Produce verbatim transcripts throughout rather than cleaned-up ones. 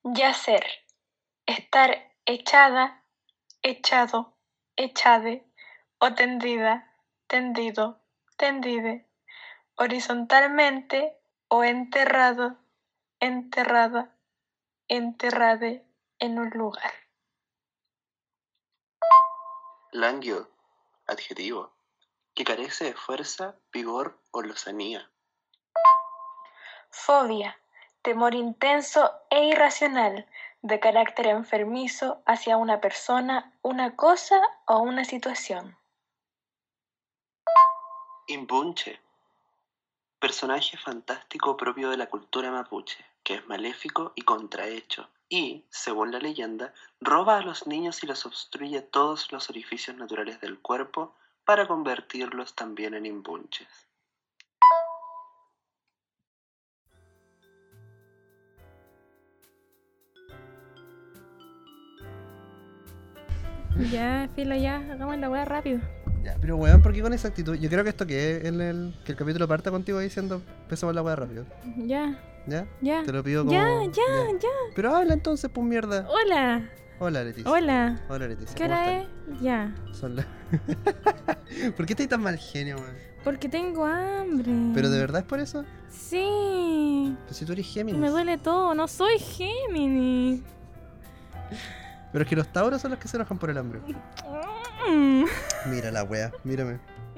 Yacer, estar echada, echado, echade, o tendida, tendido, tendide, horizontalmente o enterrado, enterrada, enterrade en un lugar. Lánguido, adjetivo, que carece de fuerza, vigor o lozanía. Fobia, temor intenso e irracional, de carácter enfermizo hacia una persona, una cosa o una situación. Impunche, personaje fantástico propio de la cultura mapuche, que es maléfico y contrahecho, y, según la leyenda, roba a los niños y les obstruye todos los orificios naturales del cuerpo para convertirlos también en impunches. Ya, filo, ya, hagamos la weá rápido. Ya, pero weón, ¿por qué con esa actitud? Yo creo que esto que es el, el- que el capítulo parta contigo diciendo empezamos la weá rápido. Ya, ¿Ya? ya. Te lo pido como. Ya, ya, ya. Pero habla entonces, pues mierda. Hola, Hola, Leticia. hola. Hola, Leticia. ¿Qué ¿Cómo hora estás? es? Ya. Son las. ¿Por qué estás tan mal genio, weón? Porque tengo hambre. ¿Pero de verdad es por eso? Sí. Pues si tú eres Géminis. Me duele todo, no soy Géminis. Pero es que los tauros son los que se enojan por el hambre. Mm. Mira la wea, mírame.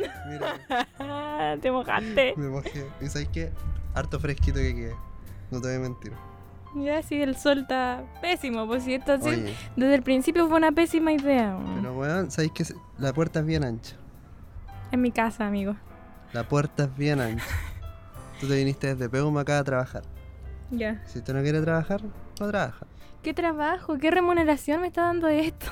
Mírame. Te mojaste. Me mojé. ¿Y sabes qué? Harto fresquito que quede. No te voy a mentir. Ya, sí, el sol está pésimo, pues si esto así, Oye, desde el principio fue una pésima idea. weón. pero weón, ¿sabéis que se- la puerta es bien ancha? En mi casa, amigo. La puerta es bien ancha. Tú te viniste desde Peuma acá a trabajar. Ya. Si tú no quieres trabajar, no trabaja. ¿Qué trabajo? ¿Qué remuneración me está dando esto?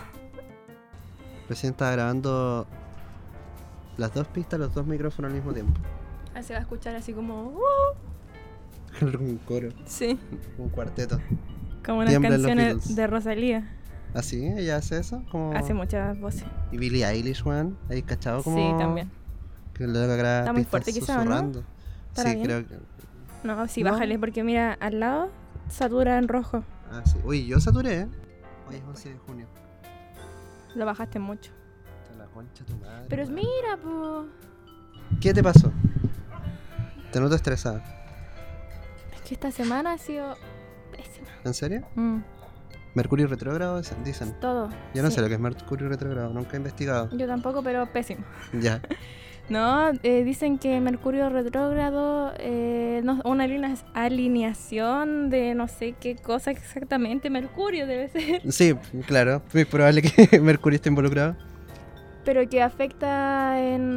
Recién estaba grabando las dos pistas, los dos micrófonos al mismo tiempo. Ah, se va a escuchar así como... uh, Un coro, sí, un cuarteto. como unas Tiemblan los canciones Beatles. de Rosalía. ¿Ah, sí? ¿Ella hace eso? Como... Hace muchas voces. Y Billie Eilish, weón. ¿Ahí cachado como...? Sí, también. Que le loca graba Está muy pistas fuerte quizá, ¿no? susurrando. ¿Estará Sí, bien? creo que... No, sí, No. bájale, porque mira, al lado satura en rojo. Ah, sí. Uy, yo saturé, ¿eh? Hoy es once de junio. Lo bajaste mucho. Está la concha tu madre. Pero weón. mira, po. ¿Qué te pasó? Te noto estresada. Es que esta semana ha sido pésima. ¿En serio? Mm, Mercurio retrógrado, dicen- dicen. todo. Yo no Sí. sé lo que es Mercurio retrógrado, nunca he investigado. Yo tampoco, pero pésimo. Ya. No, eh, dicen que Mercurio retrógrado, eh, no, una alinea- alineación de no sé qué cosa exactamente. Mercurio debe ser. Sí, claro. Es probable que Mercurio esté involucrado. Pero que afecta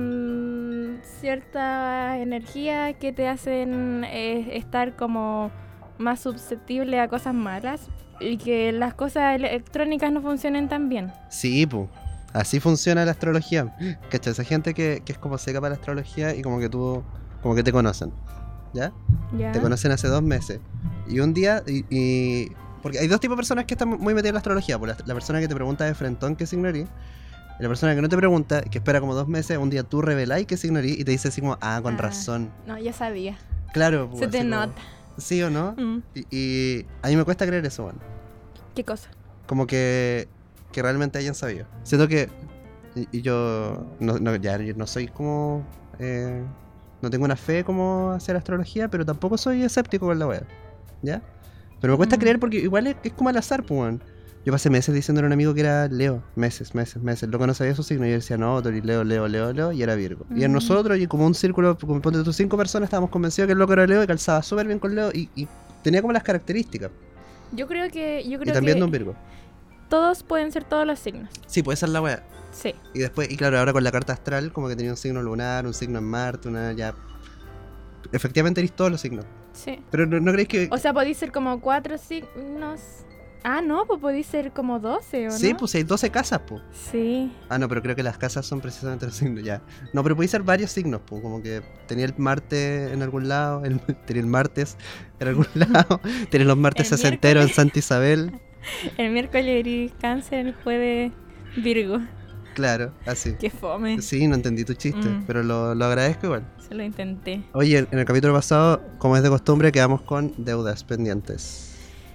en cierta energía que te hacen eh, estar como más susceptible a cosas malas y que las cosas electrónicas no funcionen tan bien. Sí, pues. Así funciona la astrología. ¿Cachai? Esa gente que, que es como seca para la astrología y como que tú, como que te conocen. ¿Ya? ¿Ya? Te conocen hace dos meses. Y un día, y, y- porque hay dos tipos de personas que están muy metidas en la astrología. Pues la, la persona que te pregunta de frentón qué signo eres, y la persona que no te pregunta, que espera como dos meses, un día tú reveláis qué signo eres y te dice así como, ah, con Ah. razón. No, ya sabía. Claro, pues, Se te así como, nota. ¿sí o no? Mm. Y, y a mí me cuesta creer eso, bueno. ¿Qué cosa? Como que, que realmente hayan sabido. Siento que y, y yo no, no, ya, yo no soy como... eh, no tengo una fe como hacer astrología, pero tampoco soy escéptico con la wea. ¿Ya? Pero me cuesta Mm. creer porque igual es, es como al azar, pues, weón. Yo pasé meses diciéndole a un amigo que era Leo. Meses, meses, meses. Loco no sabía su signo. Y yo decía, no, tú eres Leo, Leo, Leo, Leo. Y era Virgo. Y en Mm. nosotros, y como un círculo, como ponte tú cinco personas, estábamos convencidos que el loco era Leo y calzaba súper bien con Leo. Y, y tenía como las características. Yo creo que yo Y creo también que de un Virgo. todos pueden ser todos los signos. Sí, puede ser la wea. Sí. Y después, y claro, ahora con la carta astral, como que tenía un signo lunar, un signo en Marte, una ya. Efectivamente eres todos los signos. Sí. Pero no, no creéis que. O sea, podéis ser como cuatro signos. Ah, no, pues podéis ser como doce, ¿o no? Sí, pues hay doce casas, pues. Sí. Ah, no, pero creo que las casas son precisamente los signos, ya. No, pero podéis ser varios signos, pues. Como que tenía el Marte en algún lado, el, tenía el martes en algún lado, tenía los martes El sesenteros en miércoles. Santa Isabel. El miércoles eres cáncer, el jueves Virgo. Claro, así. Qué fome. Sí, no entendí tu chiste, Mm. pero lo, lo agradezco igual. Se lo intenté. Oye, en el capítulo pasado, como es de costumbre, quedamos con deudas pendientes.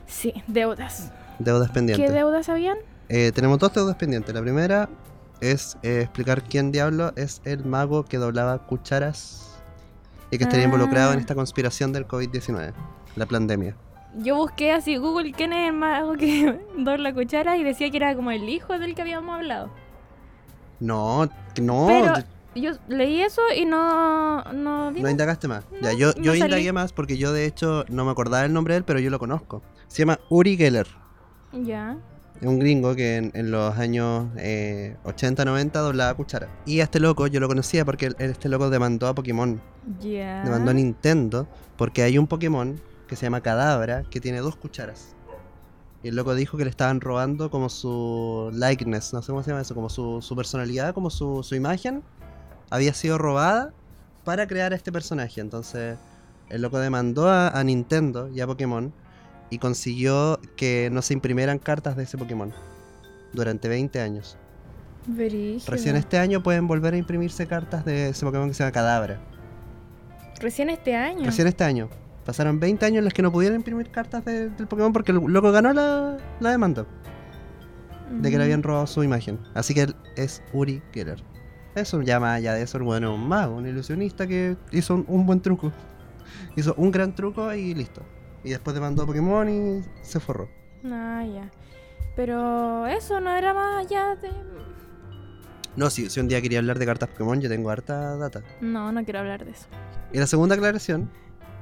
Sí, deudas. Deudas pendientes. ¿Qué deudas habían? Eh, tenemos dos deudas pendientes. La primera es eh, explicar quién diablo es el mago que doblaba cucharas y que estaría Ah. involucrado en esta conspiración del covid diecinueve, la pandemia. Yo busqué así Google quién es el mago que dobla cuchara y decía que era como el hijo del que habíamos hablado. No, que no, Pero te- yo leí eso y no no vi no más. indagaste más. No, ya, yo, no yo salí. indagué más porque yo de hecho no me acordaba el nombre de él, pero yo lo conozco. Se llama Uri Geller. Ya. Es un gringo que en, en los años eh, ochenta, noventa doblaba cuchara. Y a este loco yo lo conocía porque el- este loco demandó a Pokémon. Ya. Demandó a Nintendo porque hay un Pokémon que se llama Kadabra que tiene dos cucharas. Y el loco dijo que le estaban robando como su likeness, no sé cómo se llama eso, como su, su personalidad, como su, su imagen había sido robada para crear a este personaje. Entonces el loco demandó a, a Nintendo y a Pokémon y consiguió que no se imprimieran cartas de ese Pokémon durante veinte años. Brígido. Recién este año pueden volver a imprimirse cartas de ese Pokémon que se llama Kadabra. Recién este año. Recién este año. Pasaron veinte años en los que no pudieron imprimir cartas de- del Pokémon porque el loco ganó la, la demanda de que le habían robado su imagen. Así que él es Uri Geller. Eso ya más allá de eso, el bueno es un mago, un ilusionista que hizo un, un buen truco. Hizo un gran truco y listo. Y después demandó a Pokémon y se forró. Ah, ya. Pero eso no era más allá de... No, si, si un día quería hablar de cartas Pokémon, yo tengo harta data. No, no quiero hablar de eso. Y la segunda aclaración,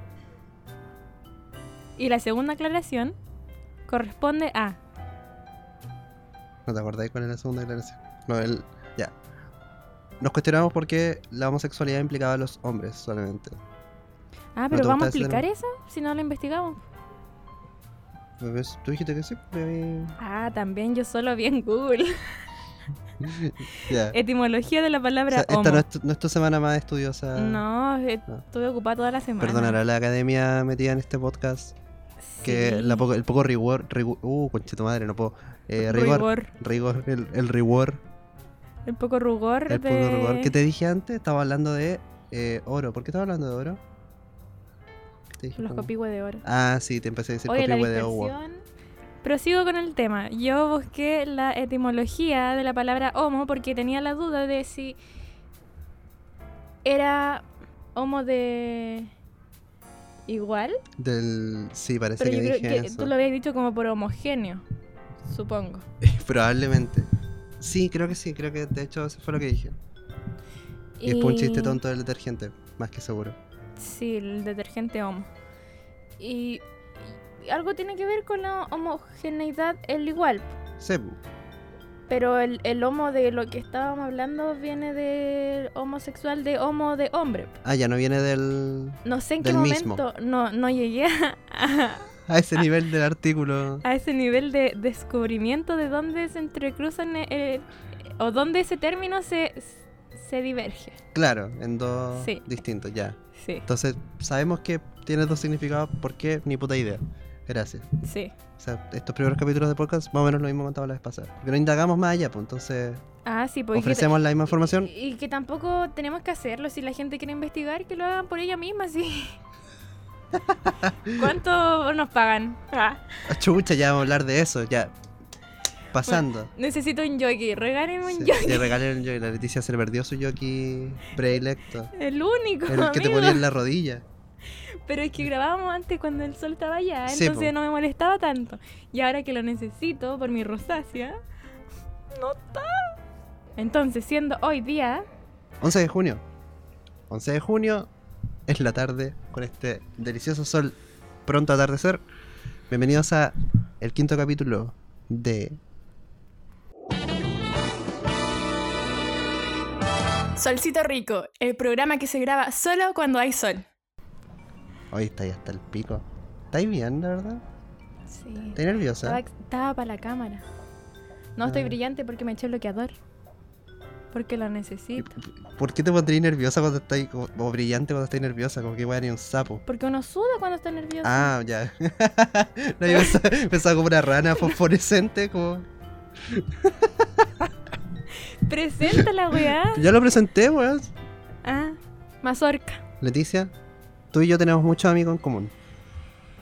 Y la segunda aclaración corresponde a... ¿no te acordáis cuál es la segunda aclaración? No, el, ya. Nos cuestionamos por qué la homosexualidad implicaba a los hombres solamente. Ah, te pero ¿vamos a gusta ese explicar eso si no lo investigamos? Pues, ¿tú dijiste que sí? bebé? Ah, también yo solo vi en Google. Ya. Etimología de la O palabra sea, esta homo. no es, tu, no es tu semana más estudiosa. No, eh, No. estuve ocupada toda la semana. Perdonará la academia metida en este podcast. Que Sí. la poco, el poco rigor, rigor. Uh, conchito madre, no puedo. Eh, rigor. Rigor. Rigor, el, el rigor. El poco rugor El de... poco rigor. ¿Qué te dije antes? Estaba hablando de eh, oro. ¿Por qué estaba hablando de oro? ¿Qué te dije? Los ¿Cómo? copihue de oro. Ah, sí, te empecé a decir Oye, la copihue de agua. dispersión... Prosigo con el tema. Yo busqué la etimología de la palabra homo porque tenía la duda de si era homo de igual, Del... Sí, parece pero que yo dije creo que eso. tú lo habías dicho como por homogéneo, supongo. Probablemente. Sí, creo que sí. Creo que de hecho eso fue lo que dije. Y después un chiste tonto del detergente, más que seguro. Sí, el detergente homo. Y, y algo tiene que ver con la homogeneidad, el igual. Sí, Pero el, el homo de lo que estábamos hablando viene del homosexual de homo de hombre. ah, ya no viene del... No sé en qué Del mismo. momento no, no llegué a, a, a ese nivel del artículo. a ese nivel de descubrimiento de dónde se entrecruzan eh, eh, o dónde ese término se, se diverge. Claro, en dos Sí. distintos, ya. Sí, Entonces, sabemos que tiene dos significados, ¿por qué? Ni puta idea. Gracias. sí. O sea, estos primeros capítulos de podcast, más o menos lo mismo contaba la vez pasada. Porque no indagamos más allá, pues entonces Ah, sí, pues. y que- ofrecemos la misma información. Y, y que tampoco tenemos que hacerlo. Si la gente quiere investigar, que lo hagan por ella misma, sí. ¿Cuánto nos pagan? Ah, Ah, chucha, ya vamos a hablar de eso, ya. Pasando. necesito un jockey. Regálenme un Sí, jockey. le regalé el jockey. La Leticia se le perdió su jockey preelecto. El único. El que te amigo. ponía en la rodilla. Pero es que grabábamos antes cuando el sol estaba allá, Sí, entonces po. no me molestaba tanto. Y ahora que lo necesito por mi rosácea, no está. Entonces, siendo hoy día, once de junio. once de junio es la tarde con este delicioso sol pronto a atardecer. Bienvenidos a el quinto capítulo de Solcito Rico, el programa que se graba solo cuando hay sol. Hoy está ahí hasta el pico. ¿Estáis bien, la verdad? Sí. ¿Estás nerviosa? Estaba, estaba para la cámara. No estoy Ah. brillante porque me eché bloqueador. Porque lo necesito. ¿Por qué te pondrías nerviosa cuando estáis como, o brillante cuando estáis nerviosa? Como que voy a ni un sapo. Porque uno suda cuando está nervioso. Ah, ya. No, yo pensaba, pensaba como una rana fosforescente, como... Presenta la weá. Ya lo presenté, weón. Ah, mazorca. Leticia, tú y yo tenemos muchos amigos en común.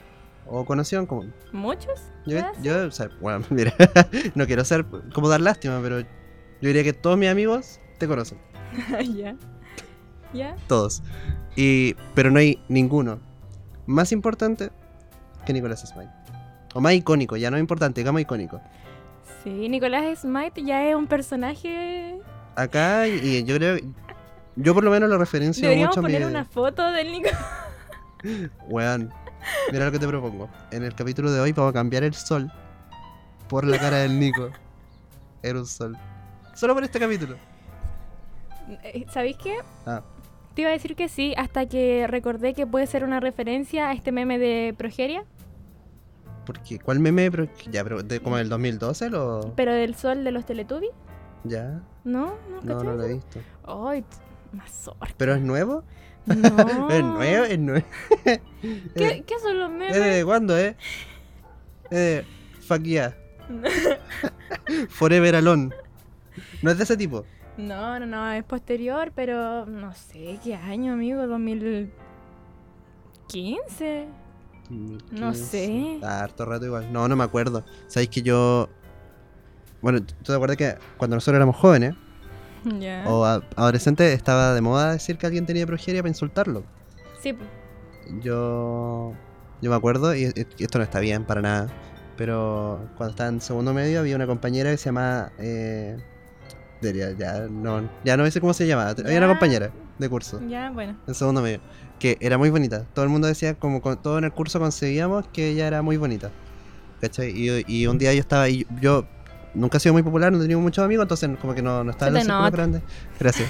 o conocido en común. ¿Muchos? Yo, ¿Ya? yo, o sea, bueno, mira, no quiero ser, ¿Muchos? yo, ¿Ya? yo, o sea, bueno, mira, no quiero ser como dar lástima, pero yo diría que todos mis amigos te conocen, ¿Ya? ¿Ya? todos. Y, pero no hay ninguno más importante que Nicolás Smite. O más icónico, ya no importante, digamos icónico. Sí, Nicolás Smite ya es un personaje... Acá, y yo creo, yo por lo menos lo referencio Deberíamos mucho a mi... poner una foto del Nico. Weón, mira lo que te propongo. En el capítulo de hoy vamos a cambiar el sol por la cara del Nico. Era un sol. Solo por este capítulo. Eh, ¿Sabéis qué? Ah, Te iba a decir que sí, hasta que recordé que puede ser una referencia a este meme de Progeria, porque ¿cuál meme? Pero, ya, pero de, como del dos mil doce lo... pero del sol de los Teletubbies. Ya, ¿No? ¿No, no, no cachai? lo he visto. Ay, t- más sorte. ¿Pero es nuevo? No. ¿Es nuevo? ¿Es nuevo? ¿Qué, ¿Qué son los ¿Es memes? de cuándo, eh? Es de... Fuck yeah. Forever Alone. No es de ese tipo. No, no, no, es posterior, pero no sé qué año, amigo, dos mil quince. No sé. Ah, harto rato igual. No, no me acuerdo. Sabéis que yo... Bueno, ¿tú te acuerdas que cuando nosotros éramos jóvenes Ya. o a- adolescentes estaba de moda decir que alguien tenía progeria para insultarlo? Sí, po. Yo... Yo me acuerdo, y y esto no está bien para nada, pero cuando estaba en segundo medio había una compañera que se llamaba... Eh, Delia, ya no, ya no sé cómo se llamaba. Había una Ya. compañera de curso Ya, bueno. en segundo medio que era muy bonita. Todo el mundo decía, como con, todo en el curso concebíamos que ella era muy bonita. ¿Cachai? Y, y un día yo estaba ahí, yo nunca he sido muy popular, no tenía muchos amigos, entonces como que no, no estaba Se en te los círculos nota. grandes. Gracias.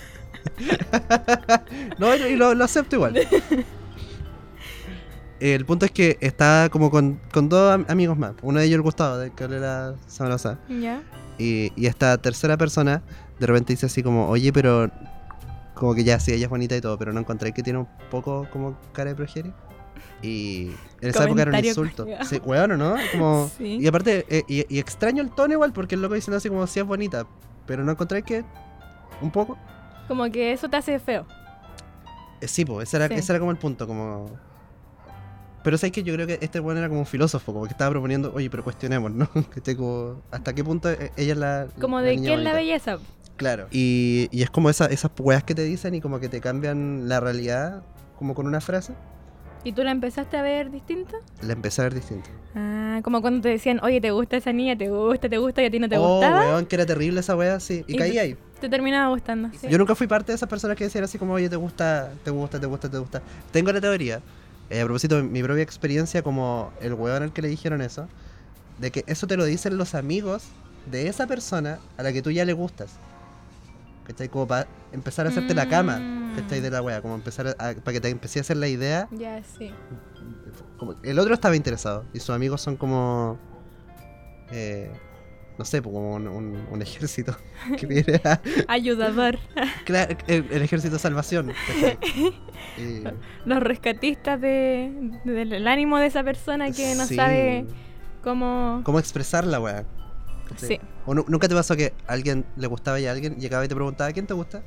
No, y lo, lo acepto igual. El punto es que estaba como con, con dos am- amigos más. Uno de ellos el Gustavo, de que era Samanosa. Ya. Y, y esta tercera persona de repente dice así como, oye, pero como que ya sí, ella es bonita y todo, pero no encontré que tiene un poco como cara de progeria. Y en esa época era un Comentario insulto. culiao. Sí, weón, ¿o no? Como, Sí. Y aparte, eh, y, y extraño el tono igual, porque el loco diciendo así como, sí es bonita, pero no encontré que un poco. Como que eso te hace feo. Eh, sí, pues, ese era, Sí. ese era como el punto, como... Pero sabes que yo creo que este weón era como un filósofo, como que estaba proponiendo, oye, pero cuestionemos, ¿no? Que esté como, ¿hasta qué punto eh, ella es la... Como la de niña qué es la bonita? belleza. Claro. Y, y es como esa, esas weas que te dicen y como que te cambian la realidad, como con una frase. ¿Y tú la empezaste a ver distinta? La empecé a ver distinto. Ah, como cuando te decían, oye, ¿te gusta esa niña? ¿Te gusta? ¿Te gusta? Y a ti no te oh, gustaba. weón, que era terrible esa wea, sí. Y, Y caí te- ahí. Te terminaba gustando. Sí. Yo nunca fui parte de esas personas que decían así como, oye, te gusta, te gusta, te gusta, te gusta. Tengo la teoría, eh, a propósito de mi propia experiencia como el weón al que le dijeron eso, de que eso te lo dicen los amigos de esa persona a la que tú ya le gustas. ¿Cachai? Como para empezar a hacerte la cama, Mm. ¿cachai? De la wea, como empezar a, para que te empecé a hacer la idea. Ya, sí. Como- el otro estaba interesado y sus amigos son como... eh, no sé, pues como un, un- un ejército que viene a... Ayudador. Claro, el, el ejército de salvación. ¿cachai? Y- Los rescatistas de, del el ánimo de esa persona que no sí. sabe cómo... ¿Cómo expresar la weá? ¿Cachai? Sí. ¿O nu- nunca te pasó que a alguien le gustaba y a alguien llegaba y te preguntaba quién te gusta?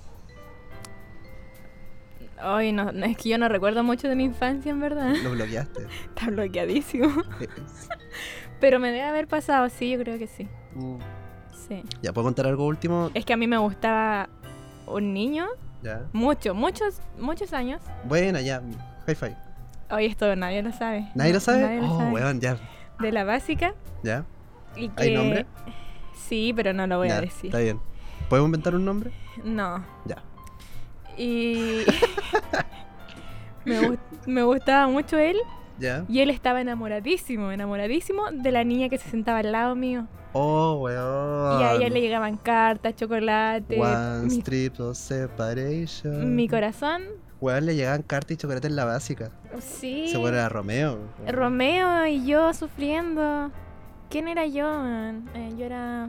Ay, no, no, es que yo no recuerdo mucho de mi infancia, en verdad. Lo bloqueaste. Está bloqueadísimo. Eh, Pero me debe haber pasado, sí, yo creo que sí. mm. Sí. Ya, ¿puedo contar algo último? Es que a mí me gustaba un niño, Ya. mucho, muchos, muchos años. Buena, ya. Hi-Fi. Hoy esto nadie lo sabe. ¿Nadie lo sabe? Nadie lo oh, sabe. weón, ya. De la básica. ¿Ya? Y que... ¿Hay nombre? Sí, pero no lo voy Ya, a decir. Está bien. ¿Podemos inventar un nombre? No. Ya. Y... me, gust- me gustaba mucho él. ¿Ya? Y él estaba enamoradísimo, enamoradísimo de la niña que se sentaba al lado mío. Oh, weón. Y a ella le llegaban cartas, chocolate. One Mi, strip of separation. mi corazón. Weón, le llegaban cartas y chocolate en la básica. Sí. Se fuera a Romeo. Romeo y yo sufriendo. ¿Quién era yo? man? Eh, yo era...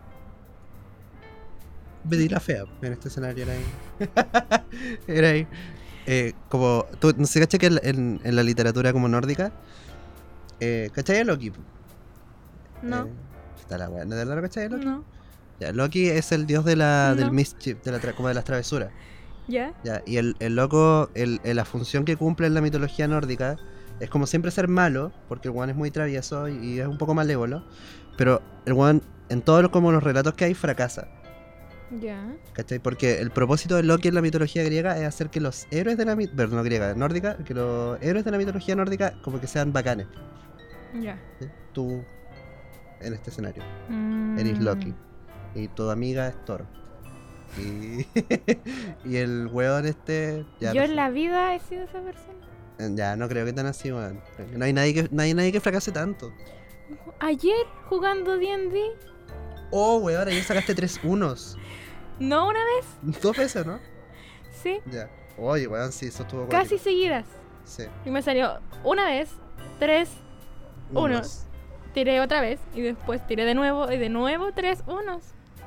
Betty la fea en este escenario era ahí. Era ahí. Eh, como, tú, no sé, ¿cachai? Que en, en- en la literatura como nórdica, eh, ¿cachai a Loki? No, Eh, está la wea. ¿De verdad lo cachai a Loki? no. Ya, Loki es el dios de la, del No. mischief, de la tra- como de las travesuras. ¿Ya? Ya, y el, el loco, el, el- la función que cumple en la mitología nórdica Es como siempre ser malo, porque el weón es muy travieso y, y es un poco malévolo. Pero el weón, en todos los, como los relatos que hay, fracasa. Ya. ¿Cachai? Porque el propósito de Loki en la mitología griega es hacer que los héroes de la mitología, perdón, no griega, nórdica, que los héroes de la mitología nórdica como que sean bacanes. Ya. ¿Sí? Tú, en este escenario, Mm. eres Loki. Y tu amiga es Thor. Y, y el weón este... Ya, Yo no en sé. la vida he sido esa persona. Ya, no creo que tan así, weón. No hay nadie que, no hay nadie que fracase tanto. Ayer jugando D and D. Oh, weón, ayer sacaste tres unos. No una vez, Dos veces, ¿no? sí. Ya. Oye, weón, sí, eso estuvo Casi cuático. seguidas. Sí. Y me salió una vez, tres, unos. Unos. Tiré otra vez. Y después tiré de nuevo y de nuevo tres unos.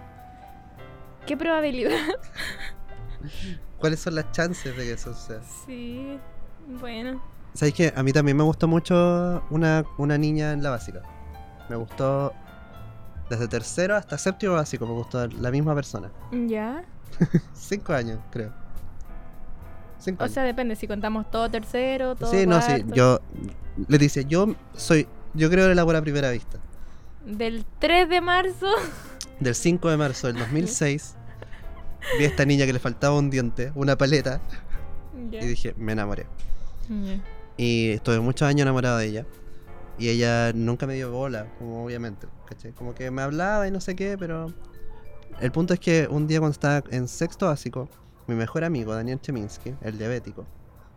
¿Qué probabilidad? ¿Cuáles son las chances de que eso sea? Sí, bueno. ¿Sabes qué? A mí también me gustó mucho una, una niña en la básica. Me gustó desde tercero hasta séptimo básico, me gustó la misma persona. Ya. Cinco años, creo. Cinco O años. sea, depende si contamos todo tercero, todo Sí, no, sí. cuarto. Yo, Leticia, yo soy, yo creo en el amor a primera vista. Del tres de marzo. Del cinco de marzo del dos mil seis, vi a esta niña que le faltaba un diente, una paleta, Ya. y dije, me enamoré. Ya. Y estuve muchos años enamorado de ella. Y ella nunca me dio bola, como obviamente, ¿cachai? Como que me hablaba y no sé qué, pero... El punto es que un día cuando estaba en sexto básico, mi mejor amigo, Daniel Cheminsky, el diabético,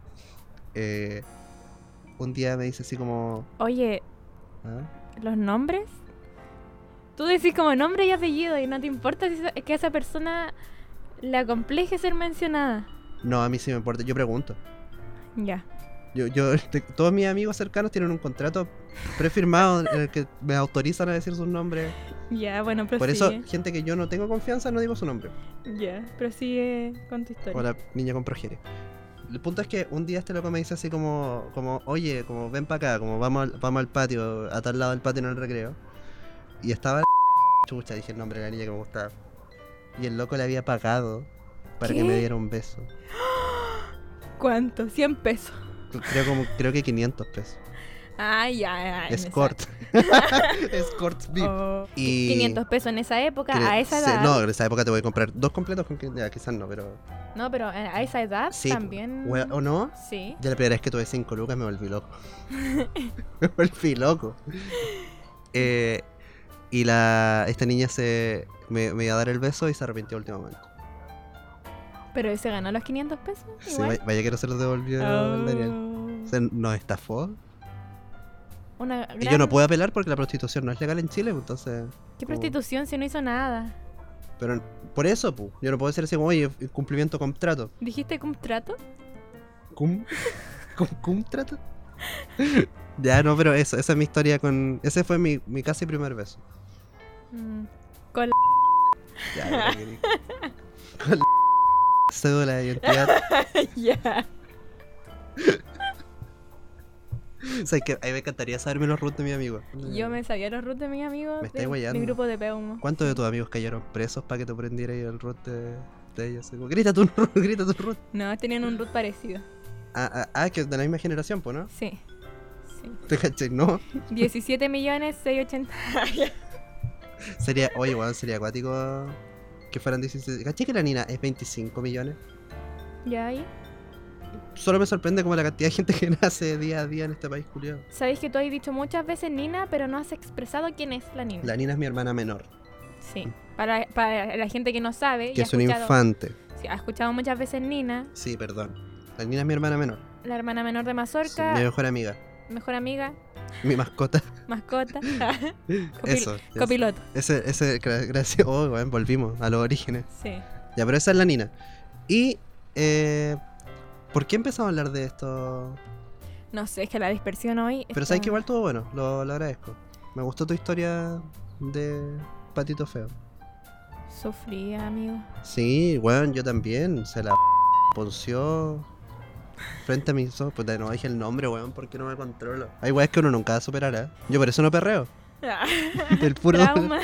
eh, un día me dice así como... Oye, ¿ah? ¿los nombres? Tú decís como nombre y apellido y no te importa si esa- que a esa persona le acompleje ser mencionada. No, a mí sí me importa, yo pregunto. Ya. Yo, yo, te- todos mis amigos cercanos tienen un contrato prefirmado en el que me autorizan a decir sus nombres. Ya, bueno, Por prosigue. eso, gente que yo no tengo confianza, no digo su nombre. Ya, prosigue con tu historia. O la niña con progeria. El punto es que un día este loco me dice así como, como oye, como ven para acá, como vamos al, vamos al patio, a tal lado del patio en el recreo. Y estaba chucha, dije el nombre de la niña que me gustaba. Y el loco le había pagado para ¿Qué? que me diera un beso. ¿Cuánto? cien pesos. Creo como creo que quinientos pesos. Ay, ya, ya. Escort. Escort V I P. Oh, Y- quinientos pesos en esa época, Cre- a esa sí, edad. no, en esa época te voy a comprar dos completos con que ya, quizás no, pero. No, pero eh, a esa edad Sí, también. wea- ¿o no? Sí. Ya la primera vez que tuve cinco lucas me volví loco. me volví loco. Eh, y la esta niña se me, me iba a dar el beso y se arrepintió al último momento. Pero ¿se ganó los quinientos pesos? Sí, Igual. vaya, vaya que no se los devolvió el Daniel. Oh. O sea, nos estafó. Una Y yo gran- no puedo apelar porque la prostitución no es legal en Chile, pues, entonces. ¿Qué como- prostitución si no hizo nada? Pero por eso, pues, yo no puedo decir así como, oye, cumplimiento contrato. ¿Dijiste contrato? ¿Cum? ¿Cum, cum trato? Ya, no, pero eso, esa es mi historia con... Ese fue mi, mi casi primer beso. Mm, Con Ya, ya, ya, ya. Con la cédula de identidad. ya. O sea, que a mí me encantaría saberme los roots de mi amigo. Yo me sabía los roots de mis amigos. Me estáis de weyando. mi grupo de Peumo. ¿Cuántos de tus amigos cayeron presos para que te aprendieras el root de, de ellos? Como, grita tu root, grita tu root. No, tenían un root parecido. Ah, ah, ah, que es de la misma generación, pues, ¿no? Sí. Sí. ¿Te caché? No. diecisiete millones seiscientos ochenta. Sería, oye, weón, sería acuático que fueran dieciséis. ¿Caché que la Nina es veinticinco millones? Ya ahí. Solo me sorprende como la cantidad de gente que nace día a día en este país, culiado. Sabéis que tú has dicho muchas veces Nina, pero no has expresado quién es la Nina. La Nina es mi hermana menor, Sí. Para, para la gente que no sabe. y que ha es un escuchado- infante. Sí, ha escuchado muchas veces Nina, Sí, perdón. La Nina es mi hermana menor. la hermana menor de Sí, Mazorca, mi mejor amiga. mejor amiga, Mi mascota. mascota, Copil- Eso. es- copiloto. Ese, ese, gra- gracias. Oh, weón, volvimos a los orígenes. Sí. Ya, pero esa es la Nina. Y, eh, ¿por qué empezamos a hablar de esto? No sé, es que la dispersión hoy. Pero está- sabes que igual estuvo bueno, lo, lo agradezco. Me gustó tu historia de Patito Feo. Sufría, amigo. Sí, weón, yo también. Se la ponció frente a mis ojos. Puta, no dije el nombre, weón, porque no me controlo. Hay weas que uno nunca superará. Yo por eso no perreo. Del puro. Trauma.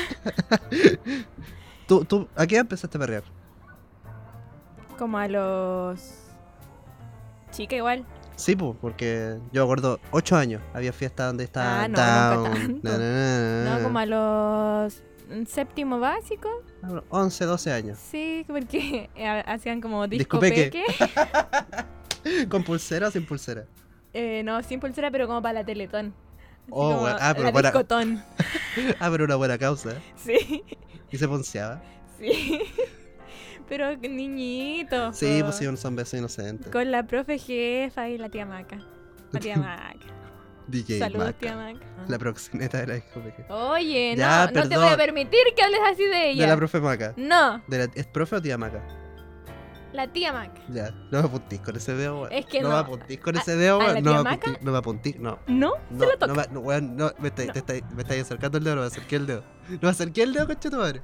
¿Tú, tú, ¿A qué edad empezaste a perrear? Como a los. Chica, igual. Sí, pues, porque yo me acuerdo, ocho años, había fiesta donde estaba Ah, no, nunca Down. tanto. na, na, na, na. No, como a los mm, séptimo básico. once, doce años. Sí, porque eh, hacían como Disco disco peque. peque. ¿Con pulsera o sin pulsera? Eh, no, sin pulsera, pero como para la Teletón. Así Oh, como bueno. Ah, pero la para- discotón. Ah, pero una buena causa. Sí, Y se ponceaba. sí. Pero niñito. Sí, po. pues sí, son besos inocentes. Con la profe jefa y la tía Maca. La tía Maca. D J Saludos, Maca, tía Maca. la proxeneta de la discoteca. Oye, Ya, no, no te perdón. voy a permitir que hables así de ella. De la profe Maca. No, De la- ¿Es profe o tía Maca? la tía Maca. Ya, no me apuntís con ese dedo, weón. Es que no. no. me apuntís con ¿A- ese dedo, a la weón. No tía me Maca? apuntís, no me apuntís, no. No, No, se lo toca. no, me- no, weón, no, me estáis, No. te estáis- me estáis acercando el dedo, no me acerqué el dedo. No me acerqué el dedo, concha tu madre.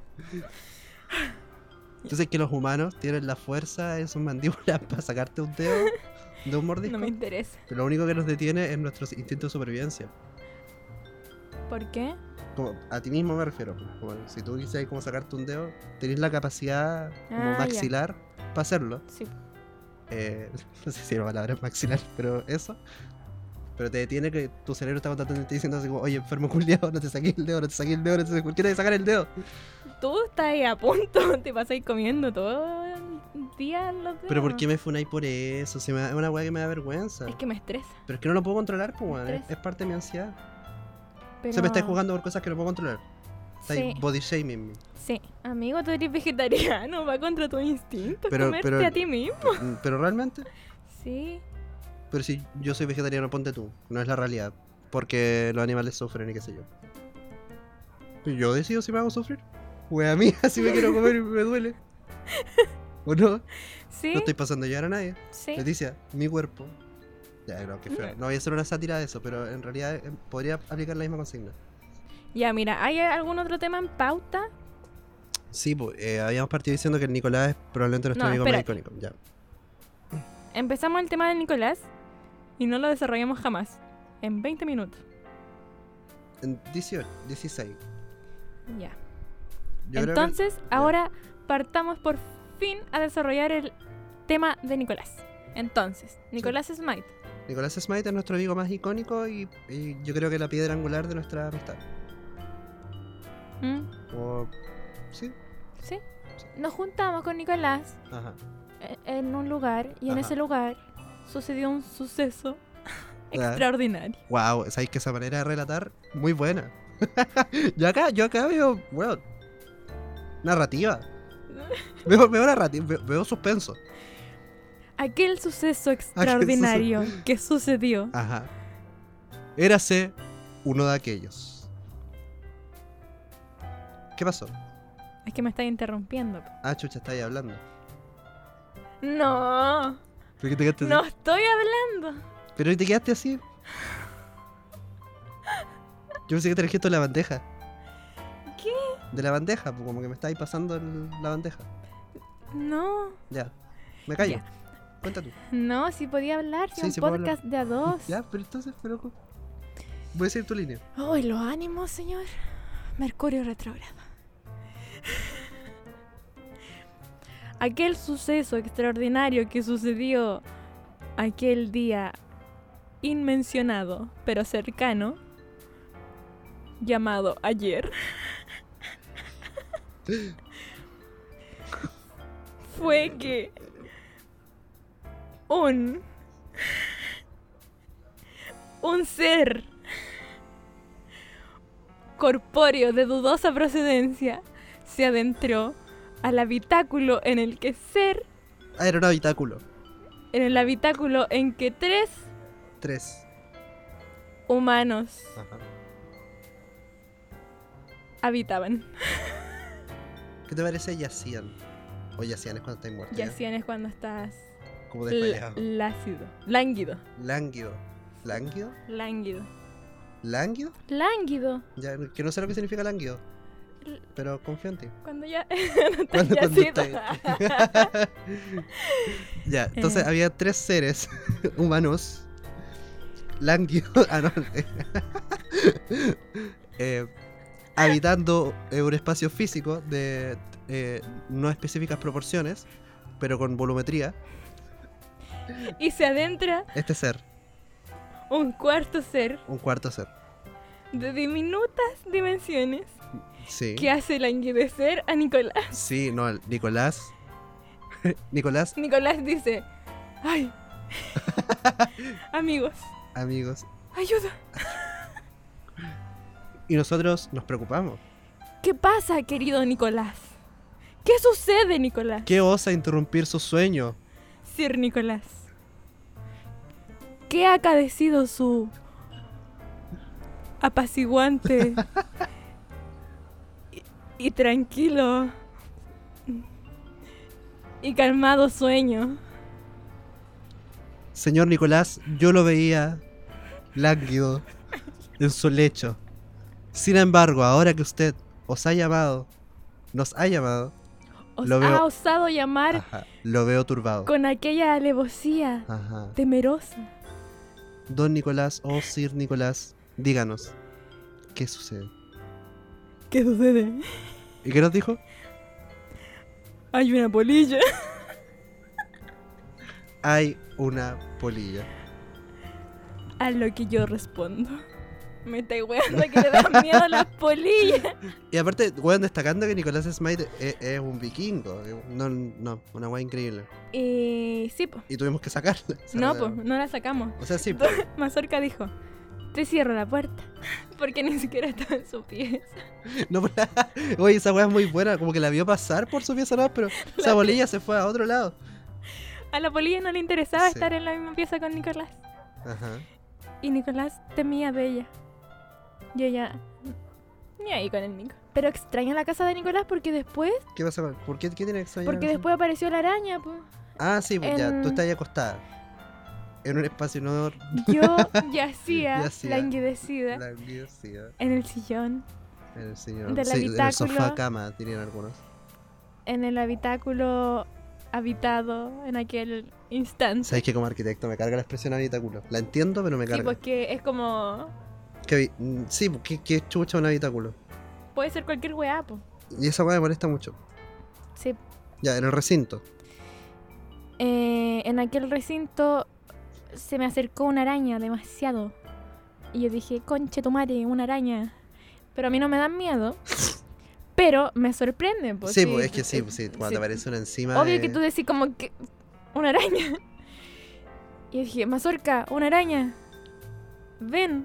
Entonces que los humanos tienen la fuerza en sus mandíbulas para sacarte un dedo de un mordisco. No me interesa. Pero lo único que nos detiene es nuestro instinto de supervivencia. ¿Por qué? Como, a ti mismo me refiero. Como, si tú quisieras como sacarte un dedo, tenés la capacidad como Ah, ya. maxilar para hacerlo. Sí. Eh, no sé si la palabra es maxilar, pero eso. Pero te detiene que tu cerebro está constantemente diciendo así como, oye, enfermo culiado, no te saques el dedo, no te saques el dedo, no te saques... ¿Por qué te vas a sacar el dedo? Tú estás ahí a punto, te pasáis comiendo todo el día los dedos. Pero ¿por qué me funáis por eso? Si me da- es una weá que me da vergüenza. Es que me estresa. Pero es que no lo puedo controlar, pues, weón. Es, Estrés. es parte de mi ansiedad. Pero... O sea, me estáis jugando por cosas que no puedo controlar. Estáis Sí. body shaming me. Sí, amigo, tú eres vegetariano, va contra tu instinto, Pero- comerte pero- a ti mismo. Mm, Pero realmente, Sí, pero si yo soy vegetariano, ponte tú. No es la realidad. Porque los animales sufren y qué sé yo. Pero yo decido si me hago sufrir. Wea mía, si me quiero comer y me duele. ¿O no? sí, No estoy pasando ya a nadie. sí. Leticia, mi cuerpo. Ya, no, qué feo. No voy a hacer una sátira de eso, pero en realidad eh, podría aplicar la misma consigna. Ya, mira, ¿hay algún otro tema en pauta? Sí, pues, eh, habíamos partido diciendo que el Nicolás es probablemente nuestro No, amigo más espérate. icónico. Ya. Empezamos el tema de Nicolás y no lo desarrollamos jamás. En veinte minutos. En dieciocho, dieciséis. Ya. Yo creo que- Entonces, ahora partamos por fin a desarrollar el tema de Nicolás. Entonces, Nicolás Smite. Nicolás Smite es nuestro amigo más icónico y, y yo creo que la piedra angular de nuestra amistad. ¿Mm? O... Sí, ¿Sí? Nos juntamos con Nicolás ajá. e- en un lugar y en Ajá. ese lugar sucedió un suceso Ya. extraordinario. Wow, sabéis que esa manera de relatar, muy buena. yo acá, yo acá veo, bueno, narrativa. Veo, veo narrativa, veo, veo suspenso. Aquel suceso extraordinario que sucedió. Ajá. Érase uno de aquellos. ¿Qué pasó? Es que me está interrumpiendo. Ah, chucha, estáis hablando. No, ¿Por qué te quedaste así? no estoy hablando. Pero te quedaste así. Yo pensé que te elegiste de la bandeja. ¿Qué? De la bandeja, pues como que me estáis pasando el- la bandeja. No, Ya. Me callo. Ya. Cuenta tú. no, si podía hablar, si Sí, es un sí puedo hablar. podcast de a dos. Ya, pero entonces, pero... Voy a decir tu línea. Ay, los ánimos, señor. Mercurio retrógrado. Aquel suceso extraordinario que sucedió aquel día inmencionado, pero cercano, llamado ayer, fue que un un ser corpóreo de dudosa procedencia se adentró al habitáculo en el que ser, Ah, era un habitáculo. en el habitáculo en que tres Tres. humanos Ajá. habitaban. ¿Qué te parece yacían? O yacían es cuando estáis muertos. ¿ya? Yacían es cuando estás Como l- desmayado. lácido, lánguido, Lánguido. ¿Lánguido? lánguido, ¿Lánguido? lánguido. Ya, que no sé lo que significa lánguido. L- Pero confío en ti. Cuando ya no estás Cuando, cuando yacido. estáis- ya, entonces Eh. había tres seres humanos. Lánguidos. Ah, no. eh, habitando eh, un espacio físico de eh, no específicas proporciones, pero con volumetría. y se adentra Este ser, un cuarto ser un cuarto ser. de diminutas dimensiones Sí. que hace languidecer a Nicolás. Sí, no, el Nicolás. Nicolás, Nicolás dice, ay, amigos, amigos. ayuda. Y nosotros nos preocupamos. ¿Qué pasa, querido Nicolás? ¿Qué sucede, Nicolás? ¿Qué osa interrumpir su sueño? Sir Nicolás, ¿qué ha acaecido su apaciguante y, y tranquilo y calmado sueño? Señor Nicolás, yo lo veía lánguido en su lecho. Sin embargo, ahora que usted os ha llamado, nos ha llamado, Os Lo veo- ha osado llamar ajá, lo veo turbado. con aquella alevosía Ajá. temerosa. Don Nicolás, oh Sir Nicolás, díganos, ¿qué sucede? ¿Qué sucede? ¿Y qué nos dijo? Hay una polilla. Hay una polilla. A lo que yo respondo. Me está weando que le dan miedo a las polillas. Y aparte, weón, destacando que Nicolás Smite es, es un vikingo. No, no, una weá increíble. Y sí, pues. Y tuvimos que sacarla. No, pues, no la sacamos. O sea, sí, po. Mazorca dijo, te cierro la puerta. Porque ni siquiera estaba en su pieza. No, pero- oye, esa weá es muy buena. Como que la vio pasar por su pieza, no, pero esa bolilla se fue a otro lado. A la polilla no le interesaba Sí. estar en la misma pieza con Nicolás. Ajá. Y Nicolás temía de ella. Y ella... Ni ahí con el Nico. Pero extraña la casa de Nicolás porque después... ¿Qué pasa con- ¿Por qué, qué tiene que extrañar Porque eso? después apareció la araña, pues. Ah, sí, pues ya, en- tú estás ahí acostada. En un espacio no... Yo yacía, Yacía. languidecida La universidad. en el sillón, En el señor. Del sí, en el habitáculo. sofá cama, dirían algunos. en el habitáculo habitado en aquel instante. Sabes que como arquitecto me carga la expresión habitáculo. La entiendo, pero me Sí, carga. pues que es como... Que habi- mm, sí, pues, que, que chucha un habitáculo. Puede ser cualquier weá, pues. Y esa weá me molesta mucho. Sí. Ya, en el recinto. Eh, en aquel recinto se me acercó una araña demasiado. Y yo dije, conche tu madre, una araña. Pero a mí no me dan miedo. Pero me sorprende, pues. sí, pues es que sí, pues, sí, cuando sí. te aparece una encima. Obvio eh, que tú decís como que... Una araña. Y yo dije, Mazorca, una araña. Ven.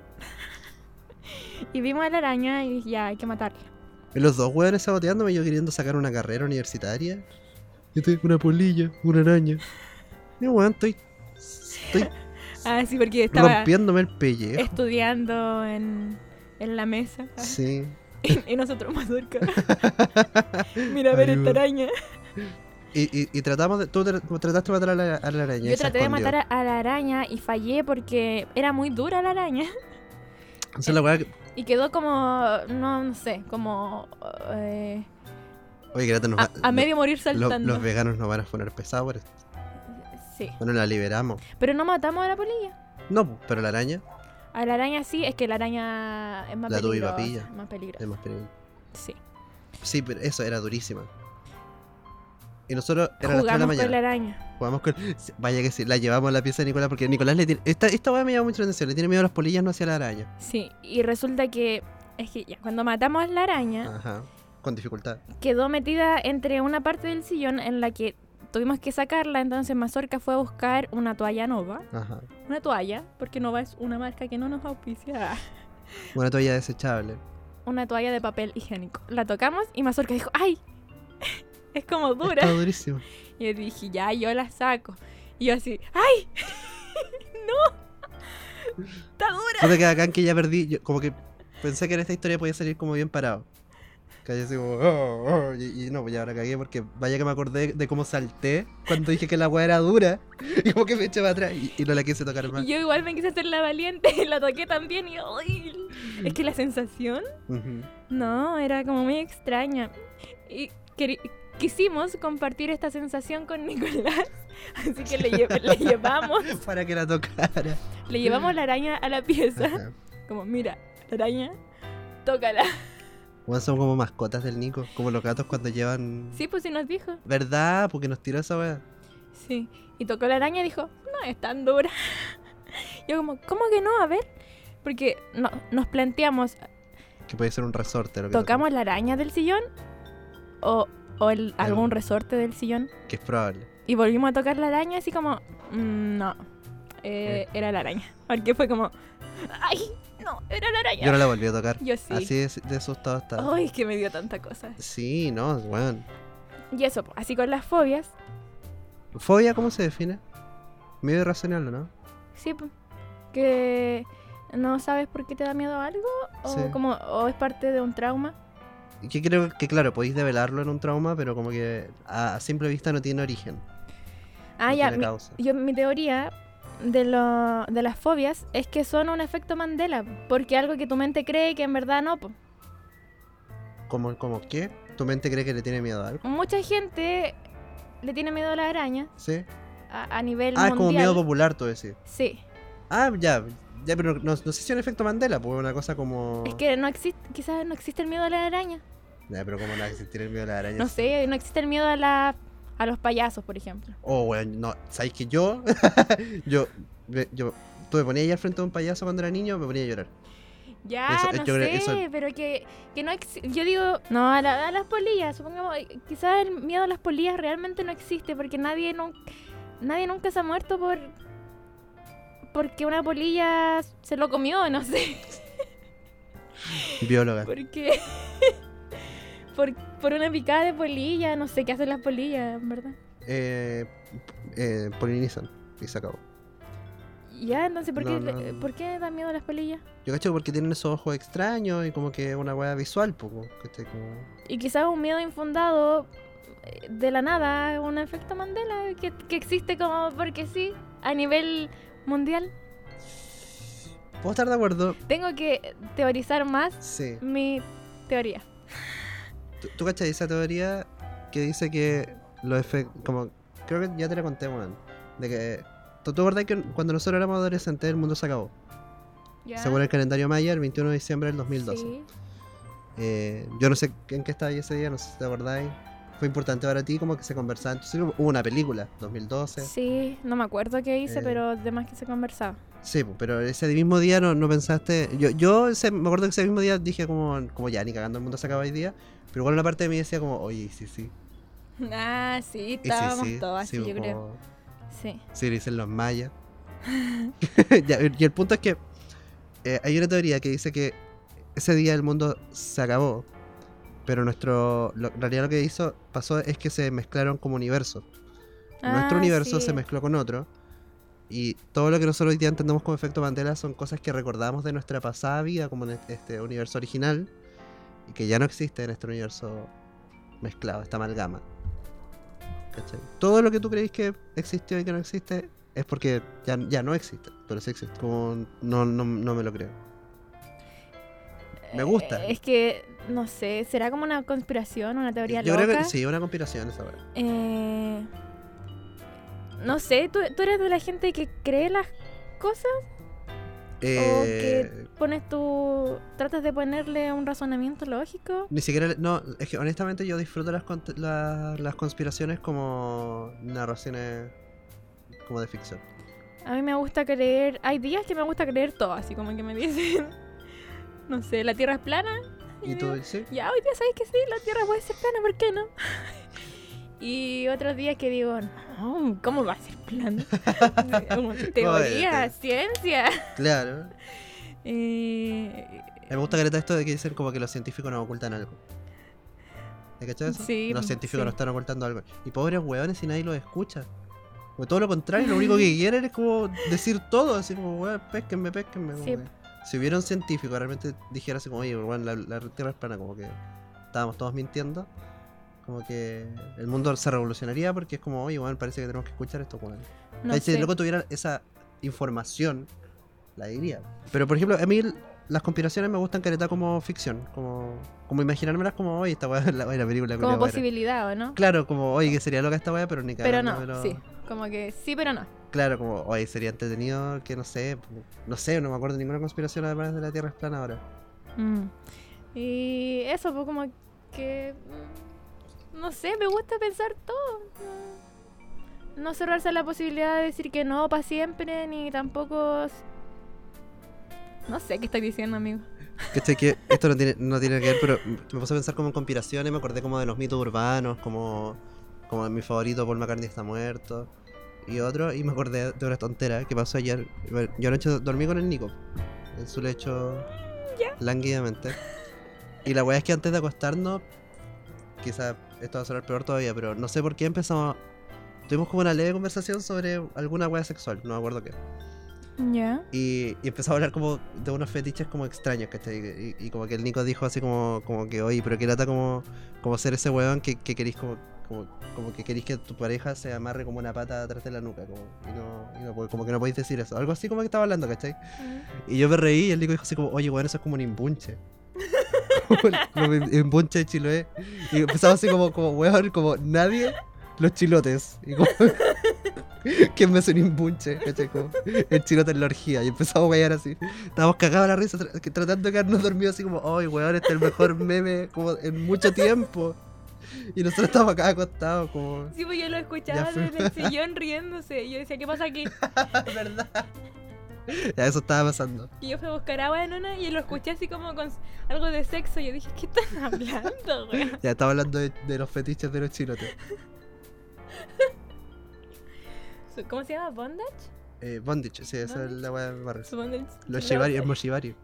Y vimos a la araña y dije, ya, hay que matarla. y los dos weones saboteándome, yo queriendo sacar una carrera universitaria. Yo tengo una polilla, una araña. Y weón, estoy. Estoy Ah, sí, porque estaba rompiéndome el pellejo. estudiando en, en la mesa. Sí. Y, y nosotros Mazorca. Mira a ver esta Ayuda. araña. Y, y, y tratamos de. Tú tra- trataste de matar a la, a la araña. y Yo se traté de escondió. matar a, a la araña y fallé porque era muy dura la araña. Esa es la weá que- Y quedó como, no, no sé, como eh, Oye, que nos a, va- a lo- medio morir lo- saltando. los veganos nos van a poner pesados por esto. Sí. Bueno, la liberamos. Pero no matamos a la polilla. No, pu, pero la araña A la araña sí, es que la araña es más La tuve y peligrosa. papilla. Más peligrosa. es más peligrosa. Sí. Sí, pero eso era durísima. Y nosotros era las tres de la Jugamos con la mañana. araña. Jugamos con. Vaya que sí, la llevamos a la pieza de Nicolás porque Nicolás le tiene. Esta, esta weá me llama mucho la atención. Le tiene miedo a las polillas, no hacia la araña. Sí, y resulta que es que ya cuando matamos a la araña, Ajá. Con dificultad. quedó metida entre una parte del sillón en la que tuvimos que sacarla, entonces Mazorca fue a buscar una toalla Nova. Ajá. Una toalla, porque Nova es una marca que no nos auspicia. Una toalla desechable. Una toalla de papel higiénico. La tocamos y Mazorca dijo, ¡ay! Es como dura. Está durísimo. Y yo dije, ya, yo la saco. Y yo así, ¡ay! ¡No! ¡Está dura! Fíjate que acá que ya perdí. Yo como que pensé que en esta historia podía salir como bien parado. Que así como. "Oh, oh", y, y no, pues ya ahora cagué porque vaya que me acordé de cómo salté cuando dije que la weá era dura. Y como que me eché para atrás y, y no la quise tocar más. Y yo igual me quise hacer la valiente y la toqué también y ¡ay! Es que la sensación, Ujú. no, era como muy extraña. Y queri- quisimos compartir esta sensación con Nicolás. Así que le, lle- le llevamos Para que la tocara. le llevamos la araña a la pieza. Ajá. Como, mira, la araña, tócala. Bueno, son como mascotas del Nico, como los gatos cuando llevan... Sí, pues sí nos dijo. ¿Verdad? Porque nos tiró esa weá. Sí. Y tocó la araña y dijo, no es tan dura. Yo como, ¿cómo que no? A ver. Porque no, nos planteamos, Que puede ser un resorte. Lo que ¿tocamos la araña del sillón? ¿O, o el, algún El- resorte del sillón? Que es probable. Y volvimos a tocar la araña así como, mm, no, eh, era la araña. Porque fue como, ¡ay! No, era la araña. Yo no la volví a tocar. Yo sí. Así de, de asustado estaba. Ay, que me dio tanta cosa. Sí, no, bueno. Y eso, po, así con las fobias, ¿Fobia cómo se define? Medio irracional, ¿no? sí, po, que no sabes por qué te da miedo algo o, Sí. como, o es parte de un trauma. Y que creo que, claro, podéis develarlo en un trauma, pero como que a, a simple vista no tiene origen. Ah, no ya, tiene mi, causa. yo, mi teoría de, lo, de las fobias es que son un efecto Mandela, porque algo que tu mente cree que en verdad no, po. ¿Cómo, cómo qué? ¿Tu mente cree que le tiene miedo a algo? Mucha gente le tiene miedo a la araña ¿Sí? a, a nivel Ah, es como mundial. miedo popular, tú decís. Sí, Ah, ya. Ya, pero no, no sé si es un efecto Mandela, pues una cosa como... es que no existe, quizás no existe el miedo a la araña. Ya, pero como no va a existir el miedo a la araña. No sé, no existe el miedo a la a los payasos, por ejemplo. Oh, bueno, no. ¿Sabes que yo? yo, me- yo, tú me ponías ahí al frente de un payaso cuando era niño, me ponía a llorar. Ya, Eso- no yo creo sé, que eso- pero que, que no ex- yo digo, no, a, la- a las polillas, supongamos, eh, quizás el miedo a las polillas realmente no existe porque nadie nun- nadie nunca se ha muerto por porque una polilla se lo comió, no sé, Bióloga. porque por, por una picada de polilla, no sé qué hacen las polillas, en verdad. Eh, eh, polinizan. Y se acabó. Ya, entonces, ¿por, No, qué, no, le- no. ¿por qué dan miedo a las polillas? Yo cacho porque tienen esos ojos extraños y como que una weá visual, poco. Como... Y quizás un miedo infundado eh, de la nada, un efecto Mandela que, que existe como porque sí, a nivel mundial. Puedo estar de acuerdo. Tengo que teorizar más Sí. mi teoría. ¿Tú, tú cachai esa teoría que dice que los efectos... Como... Creo que ya te la conté, weón. De que... ¿Tú te acuerdas que cuando nosotros éramos adolescentes el mundo se acabó? ¿Ya? Según el calendario maya, el veintiuno de diciembre del dos mil doce. Sí. Eh, yo no sé en qué estaba ese día, no sé si te acordáis. Fue importante para ti como que se conversaba. Entonces hubo una película, dos mil doce. Sí, no me acuerdo qué hice, Eh. pero de más que se conversaba. Sí, pues, pero ese mismo día no, no pensaste. Yo, yo ese- me acuerdo que ese mismo día dije como, como ya, ni cagando el mundo se acaba hoy día. Pero igual una parte de mí decía como, oye, sí, sí. Ah, sí, Y sí, estábamos sí. todos sí, así, yo como- creo. Sí. Sí, lo dicen los mayas. Ya, y el punto es que eh, hay una teoría que dice que ese día el mundo se acabó. Pero nuestro. Lo, en realidad lo que hizo, pasó es que se mezclaron como universos. Nuestro Ah, universo sí. se mezcló con otro. Y todo lo que nosotros hoy día entendemos como efecto Mandela son cosas que recordamos de nuestra pasada vida, como en este, este universo original, y que ya no existe en este universo mezclado, esta amalgama. ¿Cachai? Todo lo que tú creís que existió y que no existe es porque ya, ya no existe, pero sí existe. Como no, no, no me lo creo. Me gusta. Eh, es que, no sé, ¿será como una conspiración, una teoría Yo loca? creo que sí, una conspiración esa weá. Eh, no sé, ¿tú, ¿tú eres de la gente que cree las cosas? ¿O que Eh, pones tu... tratas de ponerle un razonamiento lógico? Ni siquiera, le- no, es que honestamente yo disfruto las, cont- la- las conspiraciones como narraciones como de ficción. A mí me gusta creer... Hay días que me gusta creer todo, así como que me dicen... No sé, ¿la Tierra es plana? ¿Y yo tú digo, sí? ya, hoy día sabéis que sí, la Tierra puede ser plana, ¿por qué no? Y otros días que digo, no, ¿cómo va a ser plana? Como teoría, Joder. ciencia. Claro. Eh, A mí me gusta careta esto de que dicen como que los científicos nos ocultan algo. ¿Te cachai eso? Sí, Los científicos sí. nos están ocultando algo. Y pobres hueones si nadie los escucha. O todo lo contrario, lo único que quieren es como decir todo, así como, weón, pésquenme, pésquenme. como Sí. que si hubiera un científico que realmente dijera así como, oye, weón, la, la Tierra es plana, como que estábamos todos mintiendo, como que el mundo se revolucionaría porque es como, oye, weón, parece que tenemos que escuchar esto, weón. no Si sé. el loco tuviera esa información, la diría. Pero por ejemplo, a mí l- las conspiraciones me gustan careta como ficción, como, como imaginármelas como, oye, esta weá es la, la película. Como culiao, buena". posibilidad, ¿o no? Claro, como, oye, que sería loca esta weá, pero ni Pero no, cagándome lo- sí. Como que sí, pero no. Claro, como, oye, sería entretenido que no sé, no sé, no me acuerdo de ninguna conspiración además de la Tierra es plana ahora. Mm. Y eso, pues como que... mm, no sé, me gusta pensar todo. no cerrarse a la posibilidad de decir que no para siempre, ni tampoco... No sé qué estoy diciendo, amigo. ¿Cachai? Que esto no tiene, no tiene que ver, pero me puse a pensar como en conspiraciones, me acordé como de los mitos urbanos, como, como mi favorito Paul McCartney está muerto, y otro, y me acordé de una tontera que pasó ayer. Yo anoche dormí con el Nico, en su lecho, ¿Ya? lánguidamente. Y la weá es que antes de acostarnos, quizás esto va a sonar peor todavía, pero no sé por qué empezamos, tuvimos como una leve conversación sobre alguna weá sexual, no me acuerdo qué. Ya. Y, y empezó a hablar como de unos fetiches como extraños, ¿cachai? Y, y como que el Nico dijo así como, como que, oye, pero que lata como, como ser ese weón que, que querís como, como, como que querís que tu pareja se amarre como una pata atrás de la nuca, como, y no, y no, pod- como que no podéis decir eso. Algo así como que estaba hablando, ¿cachai? Y yo me reí y el Nico dijo así como, oye, weón, eso es como un imbunche. Como un imbunche de Chiloé. Y empezamos así como, como, weón, como nadie, los chilotes. Y como... ¿Quién me hace un imbunche? ¿Cachai? Como el chilote en la orgía. Y empezamos a guayar así. Estábamos cagados a la risa, tra- que tratando de quedarnos dormidos así como, ¡ay, weón, este es el mejor meme como en mucho tiempo! Y nosotros estábamos acá acostados como... Sí, pues yo lo escuchaba Ya fue. desde el sillón riéndose. Y yo decía, ¿qué pasa aquí? ¿Verdad? Ya, eso estaba pasando. Y yo fui a buscar agua en una y lo escuché así como con s- algo de sexo. Y yo dije, ¿qué están hablando, güey? Ya, estaba hablando de, de los fetiches de los chilotes. ¿Cómo se llama? ¿Bondage? Eh, bondage, sí, esa es ¿Bondage? la weá más risa. Su bondage. Los No shibari, sé. el moshibari.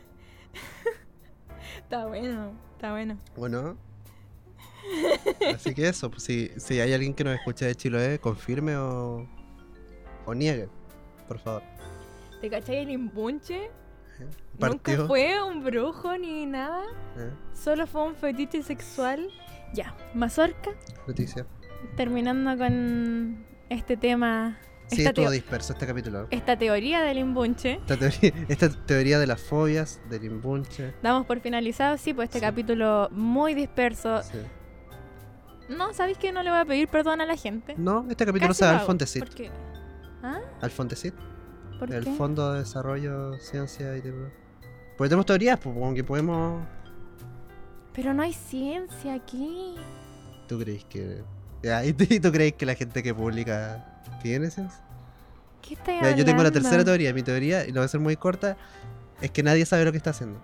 Está bueno, está bueno. ¿O no? Así que eso, pues, si, si hay alguien que nos escucha de Chiloé, confirme o, o niegue, por favor. ¿Te cachai el imbunche? Partió. Nunca fue un brujo ni nada. ¿Eh? Solo fue un fetiche sexual. Ya, Mazorca. Noticia. Terminando con este tema. Sí, esta, estuvo teo- disperso este capítulo. esta teoría del imbunche. Esta teoría, esta teoría de las fobias, del imbunche. Damos por finalizado, sí, pues este Sí. capítulo muy disperso. Sí. No, ¿sabéis que no le voy a pedir perdón a la gente? No, este capítulo Casi se va lo al hago, Fondesit. porque- ¿Ah? Al Fondesit, ¿Por el qué? Fondo de Desarrollo, Ciencia y tipo. Porque tenemos teorías, pues como que podemos. Pero no hay ciencia aquí. ¿Tú crees que.? Ya, ¿y, tú, y tú crees que la gente que publica tiene ciencia? ¿Qué estáis Mira, hablando? yo tengo la tercera teoría. Mi teoría, y lo voy a hacer muy corta, es que nadie sabe lo que está haciendo.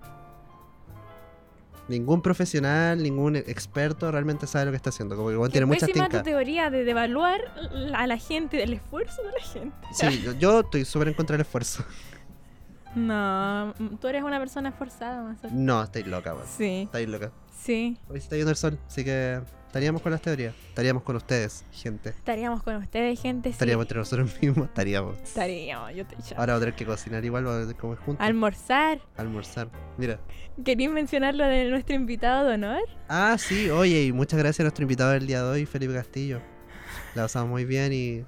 Ningún profesional, ningún experto realmente sabe lo que está haciendo. Como que el weón Qué tiene muchas pésima tu tincas. teoría de devaluar a la gente, del esfuerzo de la gente. Sí, yo, yo estoy súper en contra del esfuerzo. No, tú eres una persona esforzada, Mazorca. No, estáis loca, weón. Sí, Estáis loca. sí. Hoy se está yendo el sol, así que estaríamos con las teorías. Estaríamos con ustedes, gente. Estaríamos con ustedes, gente. Sí. Estaríamos entre nosotros mismos, estaríamos. Estaríamos, yo te llamo. Ahora vamos a tener que cocinar igual, vamos a tener que comer juntos. Almorzar. Almorzar. Mira. ¿Queréis mencionar lo de nuestro invitado de honor? Ah, sí, oye, y muchas gracias a nuestro invitado del día de hoy, Felipe Castillo. La pasamos muy bien y...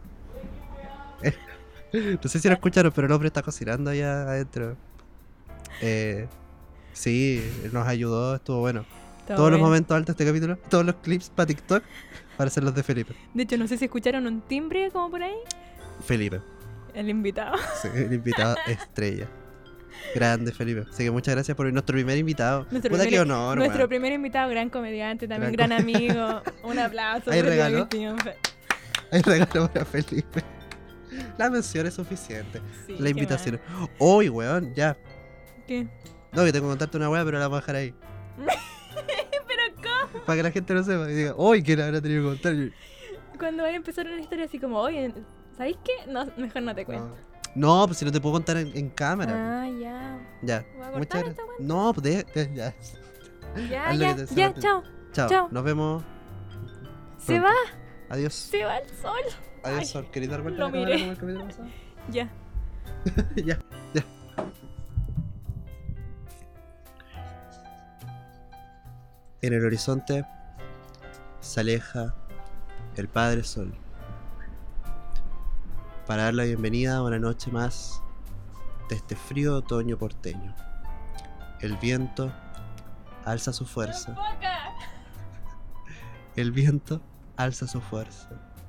no sé si lo escucharon, pero el hombre está cocinando allá adentro. Eh, sí, nos ayudó, estuvo bueno. Está Todos los bueno. momentos altos de este capítulo, todos los clips para TikTok, para ser los de Felipe. De hecho, no sé si escucharon un timbre como por ahí. Felipe, El invitado. sí, el invitado estrella. Grande, Felipe. Así que muchas gracias por nuestro primer invitado. Nuestro, Puta, primer, qué honor, nuestro weón. primer invitado, gran comediante, también Gran gran, amigo. Un aplauso. ¿Hay por el regalo? Agustín. Hay regalo para Felipe. La mención es suficiente. Sí, La qué invitación. Uy, weón, ya. mal. ¿Qué? No, que tengo que contarte una weá, pero la voy a dejar ahí. Pero ¿cómo? Para que la gente lo sepa. Y diga, uy, que la habrá tenido que contar. Y- Cuando vaya a empezar una historia así como, oye, ¿sabéis qué? No, mejor no te cuento. No. No, pues si no te puedo contar en, en cámara. Ah, ya. Ya. ¿Voy a cortar Muchas esta gracias. No, pues de, de- ya. Ya, Haz lo ya, que te- ya, te- chao. Chao. Chao. Nos vemos. Se Pronto. va, Adiós. se va el sol. Adiós, Ay, Sol. ¿Querés dar vuelta lo a la cámara miré. como el capítulo pasado? Ya. Ya, ya. En el horizonte se aleja el Padre Sol para dar la bienvenida a una noche más de este frío otoño porteño. El viento alza su fuerza. Boca. El viento alza su fuerza.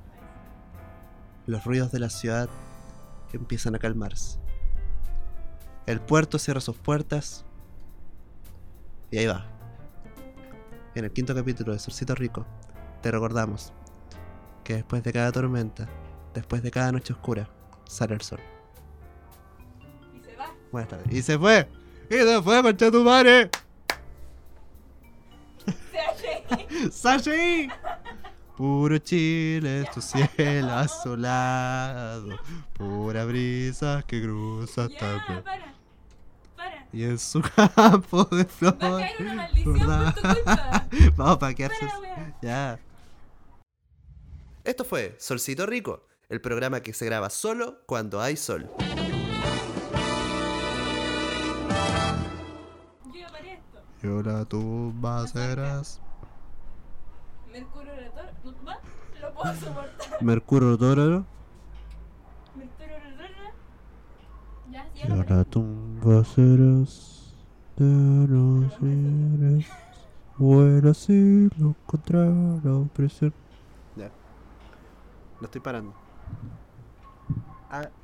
Los ruidos de la ciudad empiezan a calmarse. El puerto cierra sus puertas. Y ahí va. En el quinto capítulo de Solcito Rico, te recordamos que después de cada tormenta, después de cada noche oscura, sale el sol. Y se va. Buenas tardes. Y se fue. Y se fue, concha tu madre. ¡Sashi! Puro Chile, es tu cielo asolado. Pura brisa que cruza Ya, también. para. Para. Y en su campo de Va a flores. caer una maldición por tu culpa. Vamos para quedarse. Para, wea. Ya. Esto fue Solcito Rico, el programa que se graba solo cuando hay sol. Yo para esto. Y la tumba serás. Mercurio retor. ¿Va? Lo puedo soportar. Mercurio Toro. Mercurio retor. Ya, sí, Y ahora para la tumba serás. De los seres. Vuela asilo contra la opresión. Ya. Lo estoy parando. Ah.